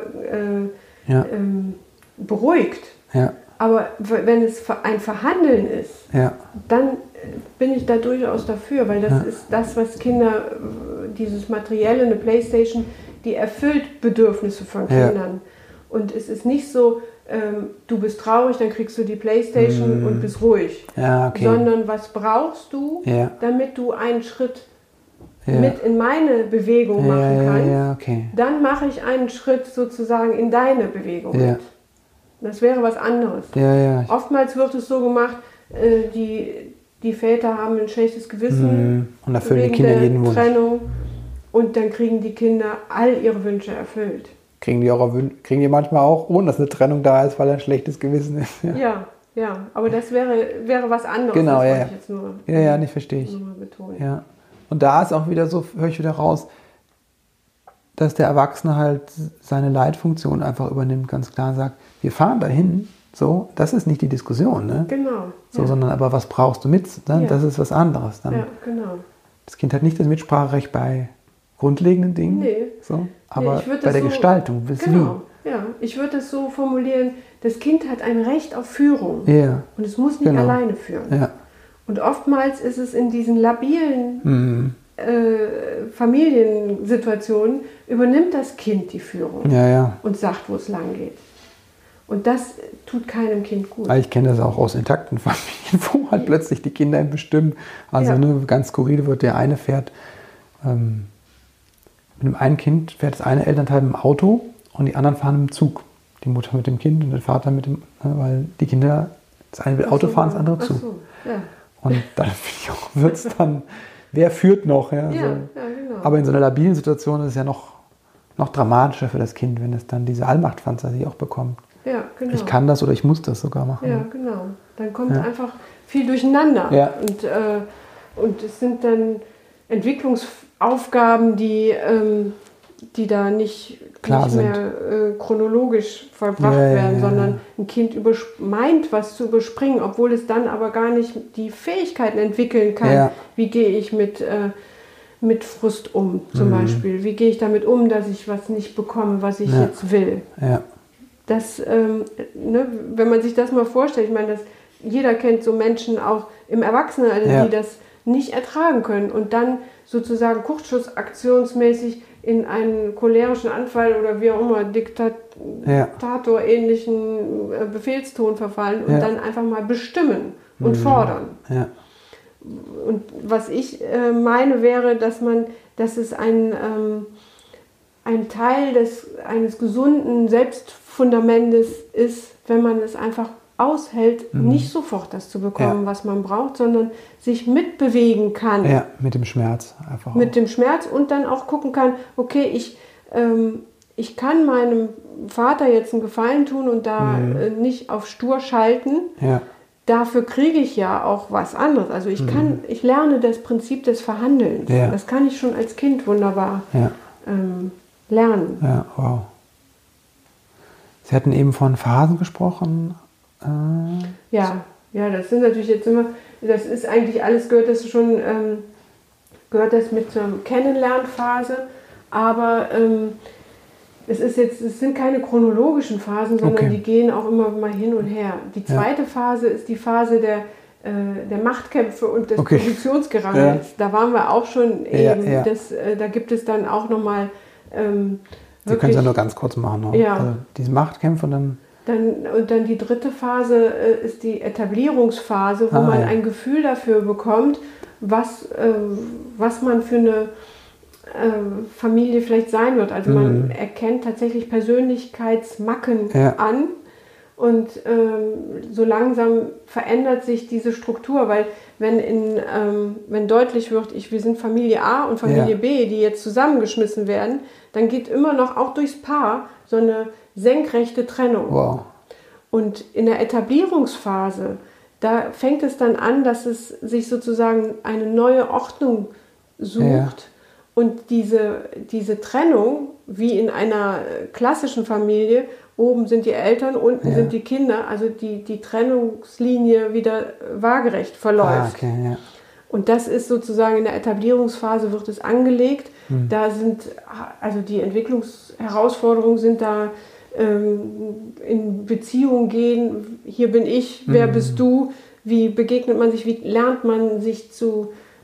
beruhigt. Aber wenn es ein Verhandeln ist, dann bin ich da durchaus dafür, weil das ist das, was Kinder, dieses Materielle, eine Playstation, die erfüllt Bedürfnisse von Kindern. Und es ist nicht so, du bist traurig, dann kriegst du die Playstation und bist ruhig. Sondern was brauchst du, damit du einen Schritt mit in meine Bewegung machen kannst, dann mache ich einen Schritt sozusagen in deine Bewegung mit. Das wäre was anderes. Oftmals wird es so gemacht, die Väter haben ein schlechtes Gewissen und erfüllen die Kinder jeden Wunsch. Trennung, und dann kriegen die Kinder all ihre Wünsche erfüllt. Kriegen die manchmal auch, ohne dass eine Trennung da ist, weil ein schlechtes Gewissen ist. Aber das wäre was anderes. Genau, das wollte ich jetzt nur nicht verstehe ich. Nur betonen. Und da ist auch wieder so, höre ich wieder raus, dass der Erwachsene halt seine Leitfunktion einfach übernimmt, ganz klar sagt, wir fahren dahin, so, das ist nicht die Diskussion, ne? Genau. So, sondern aber was brauchst du mit? Ne? Das ist was anderes. Dann. Das Kind hat nicht das Mitspracherecht bei grundlegenden Dingen, aber bei der Gestaltung. Ich würde das so formulieren, das Kind hat ein Recht auf Führung und es muss nicht alleine führen. Und oftmals ist es in diesen labilen Familiensituationen, übernimmt das Kind die Führung und sagt, wo es lang geht. Und das tut keinem Kind gut. Ich kenne das auch aus intakten Familien, wo halt plötzlich die Kinder bestimmen. Also ganz skurril wird, der eine fährt, mit dem einen Kind fährt das eine Elternteil mit dem Auto und die anderen fahren im Zug. Die Mutter mit dem Kind und der Vater mit dem, weil die Kinder, das eine will Auto fahren, das andere Zug. Und dann wird es dann, wer führt noch? Genau. Aber in so einer labilen Situation ist es ja noch dramatischer für das Kind, wenn es dann diese Allmachtfantasie auch bekommt. Ich kann das oder ich muss das sogar machen. Dann kommt einfach viel durcheinander. Und es sind dann Entwicklungsaufgaben, die da nicht mehr chronologisch vollbracht werden, sondern ein Kind meint, was zu überspringen, obwohl es dann aber gar nicht die Fähigkeiten entwickeln kann. Wie gehe ich mit Frust um, zum Beispiel? Wie gehe ich damit um, dass ich was nicht bekomme, was ich jetzt will? wenn man sich das mal vorstellt, ich meine, jeder kennt so Menschen auch im Erwachsenenalter, die das nicht ertragen können und dann sozusagen kurzschussaktionsmäßig in einen cholerischen Anfall oder wie auch immer Diktator-ähnlichen Befehlston verfallen und dann einfach mal bestimmen und fordern. Ja. Und was ich meine wäre, dass es ein Teil eines gesunden Selbstfundamentes ist, wenn man es einfach aushält, nicht sofort das zu bekommen, was man braucht, sondern sich mitbewegen kann. Ja, mit dem Schmerz einfach. Mit dem Schmerz und dann auch gucken kann, okay, ich kann meinem Vater jetzt einen Gefallen tun und da nicht auf stur schalten. Ja. Dafür kriege ich ja auch was anderes. Also ich lerne das Prinzip des Verhandelns. Ja. Das kann ich schon als Kind wunderbar lernen. Ja, wow. Sie hatten eben von Phasen gesprochen. Ja, das sind natürlich jetzt immer, das ist eigentlich alles, gehört das mit zur Kennenlernphase, aber es sind keine chronologischen Phasen, sondern die gehen auch immer mal hin und her. Die zweite Phase ist die Phase der Machtkämpfe und des Positionsgerangels. Ja. Da waren wir auch schon eben, da gibt es dann auch nochmal Sie können es ja nur ganz kurz machen. Noch. Ja. Also diese Machtkämpfe und dann die dritte Phase ist die Etablierungsphase, wo man ein Gefühl dafür bekommt, was man für eine Familie vielleicht sein wird. Also man erkennt tatsächlich Persönlichkeitsmacken an und so langsam verändert sich diese Struktur, weil wenn deutlich wird, wir sind Familie A und Familie B, die jetzt zusammengeschmissen werden, dann geht immer noch auch durchs Paar so eine senkrechte Trennung. Wow. Und in der Etablierungsphase, da fängt es dann an, dass es sich sozusagen eine neue Ordnung sucht. Ja. Und diese Trennung, wie in einer klassischen Familie, oben sind die Eltern, unten sind die Kinder, also die Trennungslinie wieder waagerecht verläuft. Ja. Und das ist sozusagen in der Etablierungsphase wird es angelegt. Da sind, also die Entwicklungsherausforderungen sind da in Beziehung gehen, hier bin ich, wer bist du, wie begegnet man sich, wie lernt man sich zu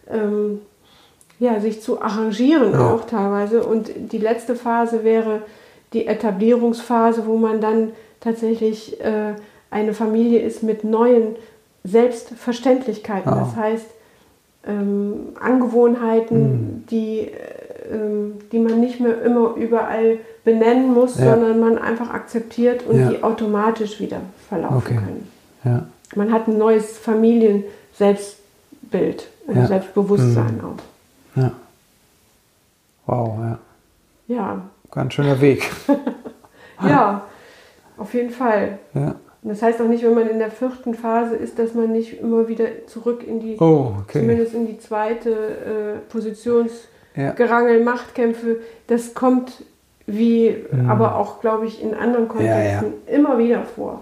arrangieren auch teilweise. Und die letzte Phase wäre die Etablierungsphase, wo man dann tatsächlich eine Familie ist mit neuen Selbstverständlichkeiten. Das heißt, Angewohnheiten, die man nicht mehr immer überall benennen muss, sondern man einfach akzeptiert und die automatisch wieder verlaufen können. Ja. Man hat ein neues Familien-Selbstbild und Selbstbewusstsein auch. Ja. Wow, Ja. Ganz schöner Weg. Ja, auf jeden Fall. Ja. Das heißt auch nicht, wenn man in der 4. Phase ist, dass man nicht immer wieder zurück in die, zumindest in die zweite Positionsgerangel, Machtkämpfe, das kommt aber auch, glaube ich, in anderen Kontexten immer wieder vor.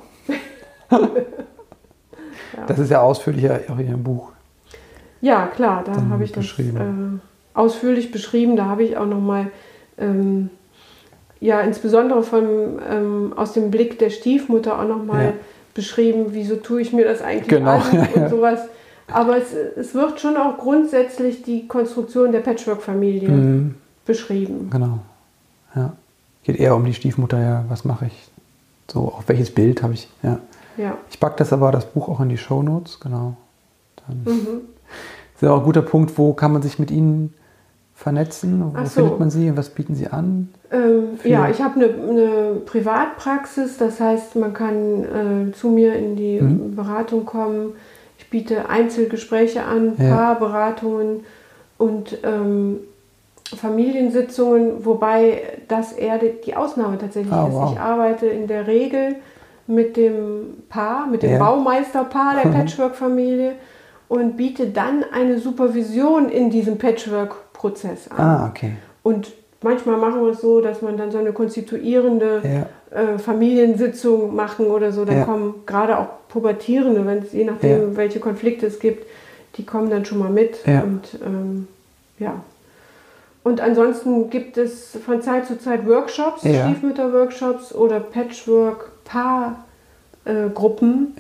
Das ist ja ausführlicher auch in Ihrem Buch. Ja, klar, da habe ich das ausführlich beschrieben. Da habe ich auch nochmal, insbesondere aus dem Blick der Stiefmutter auch nochmal beschrieben, wieso tue ich mir das eigentlich an und sowas. Aber es wird schon auch grundsätzlich die Konstruktion der Patchwork-Familie beschrieben. Genau, ja. Geht eher um die Stiefmutter, was mache ich? So, auf welches Bild habe ich, Ich packe das Buch auch in die Shownotes, genau. Dann ist ja auch ein guter Punkt, wo kann man sich mit Ihnen vernetzen? Wo findet man Sie? Was bieten Sie an? Ich habe eine Privatpraxis, das heißt, man kann zu mir in die Beratung kommen. Ich biete Einzelgespräche an, Paarberatungen und Familiensitzungen, wobei das eher die Ausnahme tatsächlich ist. Wow. Ich arbeite in der Regel mit dem Paar, mit dem Baumeisterpaar der Patchwork-Familie und biete dann eine Supervision in diesem Patchwork-Prozess an. Und manchmal machen wir es so, dass man dann so eine konstituierende Familiensitzung machen oder so. Dann kommen gerade auch Pubertierende, je nachdem, welche Konflikte es gibt, die kommen dann schon mal mit. Und ansonsten gibt es von Zeit zu Zeit Workshops, Stiefmütter-Workshops oder Patchwork Paargruppen.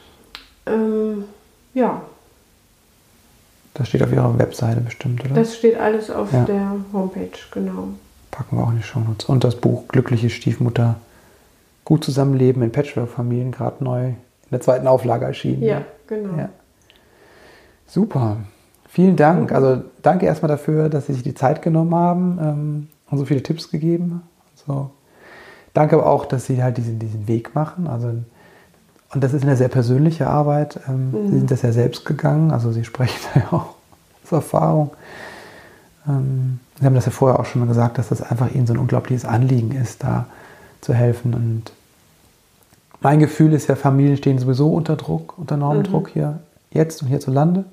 Ja. Das steht auf Ihrer Webseite bestimmt, oder? Das steht alles auf der Homepage, genau. Packen wir auch in die Shownotes. Und das Buch Glückliche Stiefmutter, gut zusammenleben in Patchwork-Familien, gerade neu in der 2. Auflage erschienen. Ja, genau. Ja. Super. Vielen Dank. Also danke erstmal dafür, dass Sie sich die Zeit genommen haben und so viele Tipps gegeben. Also, danke aber auch, dass Sie halt diesen Weg machen. Also, und das ist eine sehr persönliche Arbeit. Sie sind das ja selbst gegangen. Also Sie sprechen da ja auch aus Erfahrung. Sie haben das ja vorher auch schon mal gesagt, dass das einfach Ihnen so ein unglaubliches Anliegen ist, da zu helfen. Und mein Gefühl ist ja, Familien stehen sowieso unter Druck, unter enormem Druck hier jetzt und hierzulande.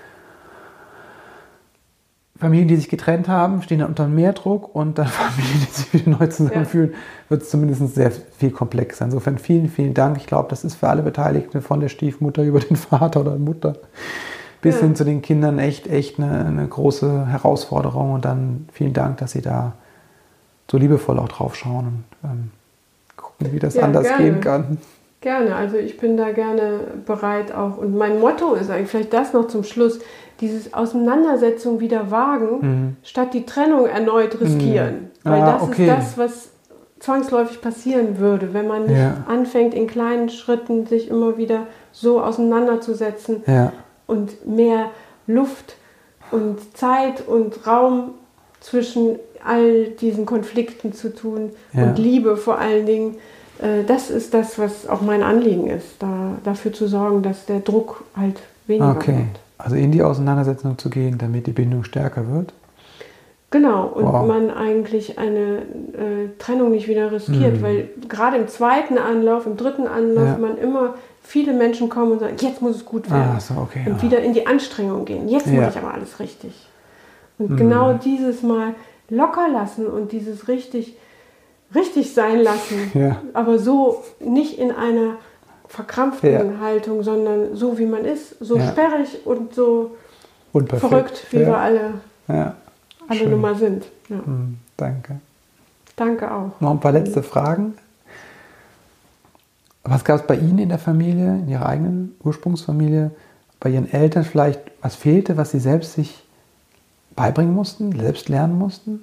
Familien, die sich getrennt haben, stehen dann unter mehr Druck, und dann Familien, die sich wieder neu zusammenfühlen, wird es zumindest sehr viel komplexer. Insofern vielen, vielen Dank. Ich glaube, das ist für alle Beteiligten, von der Stiefmutter über den Vater oder Mutter bis hin zu den Kindern echt eine große Herausforderung. Und dann vielen Dank, dass Sie da so liebevoll auch drauf schauen und gucken, wie das anders gehen kann. Gerne, also ich bin da gerne bereit auch. Und mein Motto ist eigentlich, vielleicht das noch zum Schluss, dieses Auseinandersetzung wieder wagen, statt die Trennung erneut riskieren. Weil das ist das, was zwangsläufig passieren würde, wenn man nicht anfängt, in kleinen Schritten sich immer wieder so auseinanderzusetzen und mehr Luft und Zeit und Raum zwischen all diesen Konflikten zu tun und Liebe vor allen Dingen. Das ist das, was auch mein Anliegen ist, dafür zu sorgen, dass der Druck halt weniger wird. Also in die Auseinandersetzung zu gehen, damit die Bindung stärker wird? Genau, und man eigentlich eine Trennung nicht wieder riskiert, weil gerade im 2. Anlauf, im 3. Anlauf man immer viele Menschen kommen und sagen, jetzt muss es gut werden. Und wieder in die Anstrengung gehen. Jetzt mache ich aber alles richtig. Und genau dieses Mal locker lassen und dieses richtig sein lassen, aber so nicht in einer verkrampften Haltung, sondern so wie man ist, so sperrig und so verrückt, wie wir alle nun mal sind. Ja. Danke. Danke auch. Noch ein paar letzte Fragen. Was gab es bei Ihnen in der Familie, in Ihrer eigenen Ursprungsfamilie, bei Ihren Eltern vielleicht, was fehlte, was Sie selbst sich beibringen mussten, selbst lernen mussten?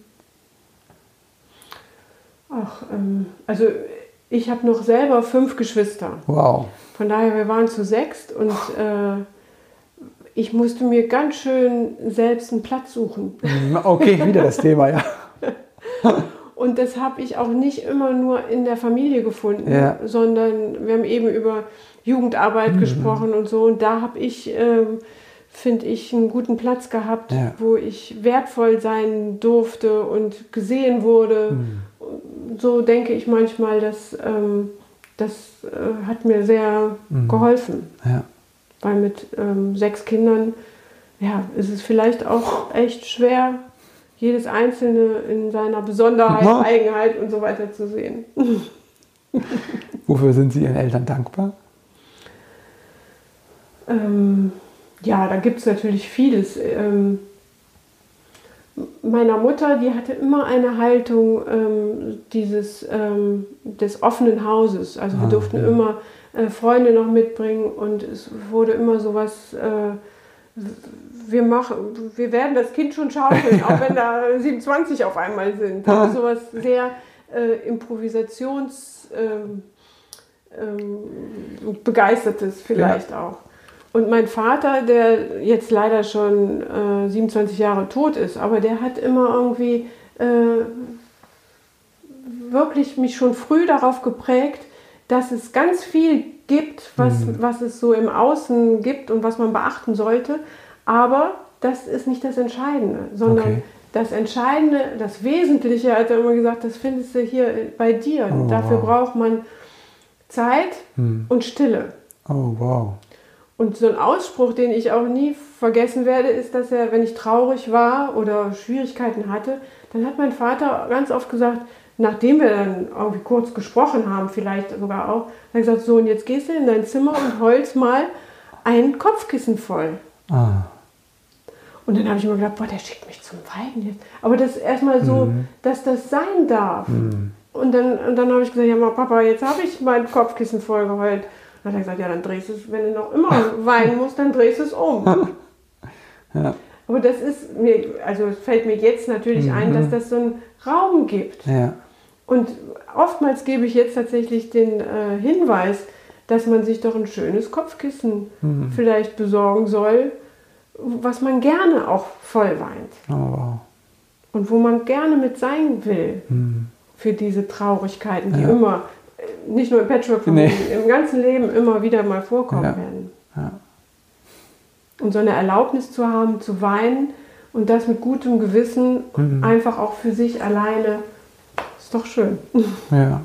Also ich habe noch selber 5 Geschwister. Wow. Von daher, wir waren zu 6 und ich musste mir ganz schön selbst einen Platz suchen. Okay, wieder das Thema, ja. Und das habe ich auch nicht immer nur in der Familie gefunden, sondern wir haben eben über Jugendarbeit gesprochen und so. Und da habe ich, finde ich, einen guten Platz gehabt, wo ich wertvoll sein durfte und gesehen wurde. So denke ich manchmal, das hat mir sehr geholfen. Ja. Weil mit 6 Kindern ist es vielleicht auch echt schwer, jedes Einzelne in seiner Besonderheit, Eigenheit und so weiter zu sehen. Wofür sind Sie Ihren Eltern dankbar? Da gibt es natürlich vieles. Meiner Mutter, die hatte immer eine Haltung des offenen Hauses. Also wir durften immer Freunde noch mitbringen und es wurde immer sowas, wir werden das Kind schon schaukeln, auch wenn da 27 auf einmal sind. Also sowas sehr begeistertes vielleicht auch. Und mein Vater, der jetzt leider schon 27 Jahre tot ist, aber der hat immer irgendwie wirklich mich schon früh darauf geprägt, dass es ganz viel gibt, was es so im Außen gibt und was man beachten sollte. Aber das ist nicht das Entscheidende, sondern das Entscheidende, das Wesentliche, hat er immer gesagt, das findest du hier bei dir. Und dafür braucht man Zeit und Stille. Oh, wow. Und so ein Ausspruch, den ich auch nie vergessen werde, ist, dass er, wenn ich traurig war oder Schwierigkeiten hatte, dann hat mein Vater ganz oft gesagt, nachdem wir dann irgendwie kurz gesprochen haben, vielleicht sogar auch, hat er gesagt, so, und jetzt gehst du in dein Zimmer und heulst mal ein Kopfkissen voll. Und dann habe ich immer gedacht, boah, der schickt mich zum Weinen jetzt. Aber das ist erstmal so, dass das sein darf. Und dann habe ich gesagt, ja mal Papa, jetzt habe ich mein Kopfkissen voll geheult. Dann hat er gesagt, ja dann drehst du es, wenn du noch immer weinen musst, dann drehst du es um. Ja. Aber das ist mir, also es fällt mir jetzt natürlich ein, dass das so einen Raum gibt. Ja. Und oftmals gebe ich jetzt tatsächlich den Hinweis, dass man sich doch ein schönes Kopfkissen vielleicht besorgen soll, was man gerne auch voll weint. Oh, wow. Und wo man gerne mit sein will. Für diese Traurigkeiten, die immer, nicht nur im Patchwork-Familien, im ganzen Leben immer wieder mal vorkommen werden. Ja. Und so eine Erlaubnis zu haben, zu weinen und das mit gutem Gewissen, einfach auch für sich alleine, ist doch schön. Ja.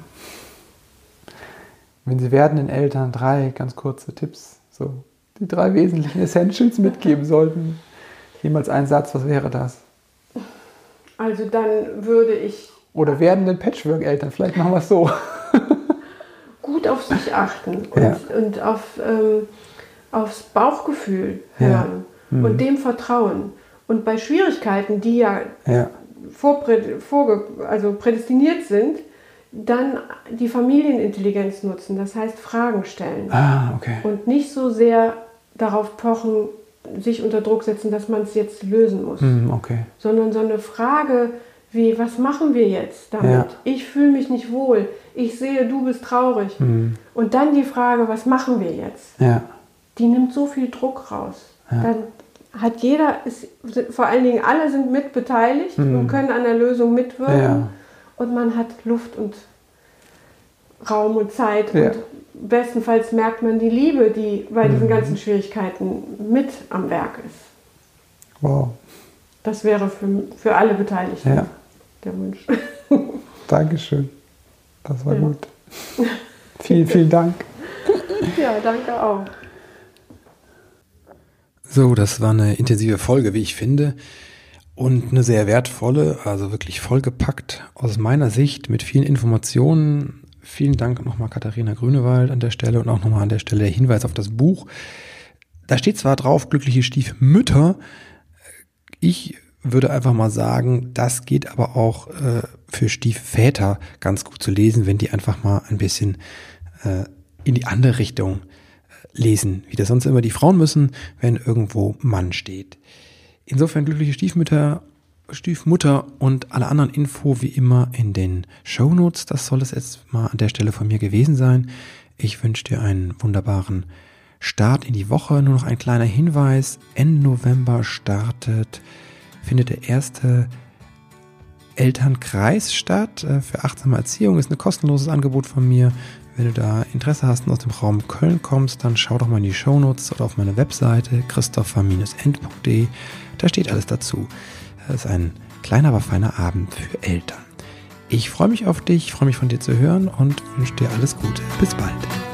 Wenn Sie werdenden Eltern 3 ganz kurze Tipps, so die 3 wesentlichen Essentials mitgeben sollten, jemals ein Satz, was wäre das? Also dann würde ich... Oder werdenden Patchwork-Eltern, vielleicht machen wir es so. Gut auf sich achten und aufs Bauchgefühl hören und dem vertrauen. Und bei Schwierigkeiten, die prädestiniert sind, dann die Familienintelligenz nutzen, das heißt Fragen stellen. Und nicht so sehr darauf pochen, sich unter Druck setzen, dass man es jetzt lösen muss. Sondern so eine Frage wie, was machen wir jetzt damit? Ja. Ich fühle mich nicht wohl. Ich sehe, du bist traurig. Und dann die Frage, was machen wir jetzt? Ja. Die nimmt so viel Druck raus. Ja. Dann hat jeder, vor allen Dingen alle sind mit beteiligt und können an der Lösung mitwirken. Ja. Und man hat Luft und Raum und Zeit. Ja. Und bestenfalls merkt man die Liebe, die bei diesen ganzen Schwierigkeiten mit am Werk ist. Wow. Das wäre für alle Beteiligten der Wunsch. Dankeschön. Das war gut. Vielen, vielen Dank. Ja, danke auch. So, das war eine intensive Folge, wie ich finde. Und eine sehr wertvolle, also wirklich vollgepackt aus meiner Sicht mit vielen Informationen. Vielen Dank nochmal Katharina Grünewald an der Stelle und auch nochmal an der Stelle der Hinweis auf das Buch. Da steht zwar drauf, glückliche Stiefmütter. Ich würde einfach mal sagen, das geht aber auch für Stiefväter ganz gut zu lesen, wenn die einfach mal ein bisschen in die andere Richtung lesen, wie das sonst immer die Frauen müssen, wenn irgendwo Mann steht. Insofern glückliche Stiefmutter und alle anderen Info wie immer in den Shownotes. Das soll es jetzt mal an der Stelle von mir gewesen sein. Ich wünsche dir einen wunderbaren Start in die Woche. Nur noch ein kleiner Hinweis. Ende November findet der erste Elternkreis statt für achtsame Erziehung. Ist ein kostenloses Angebot von mir. Wenn du da Interesse hast und aus dem Raum Köln kommst, dann schau doch mal in die Shownotes oder auf meine Webseite christopher-end.de. Da steht alles dazu. Das ist ein kleiner, aber feiner Abend für Eltern. Ich freue mich auf dich, freue mich von dir zu hören und wünsche dir alles Gute. Bis bald.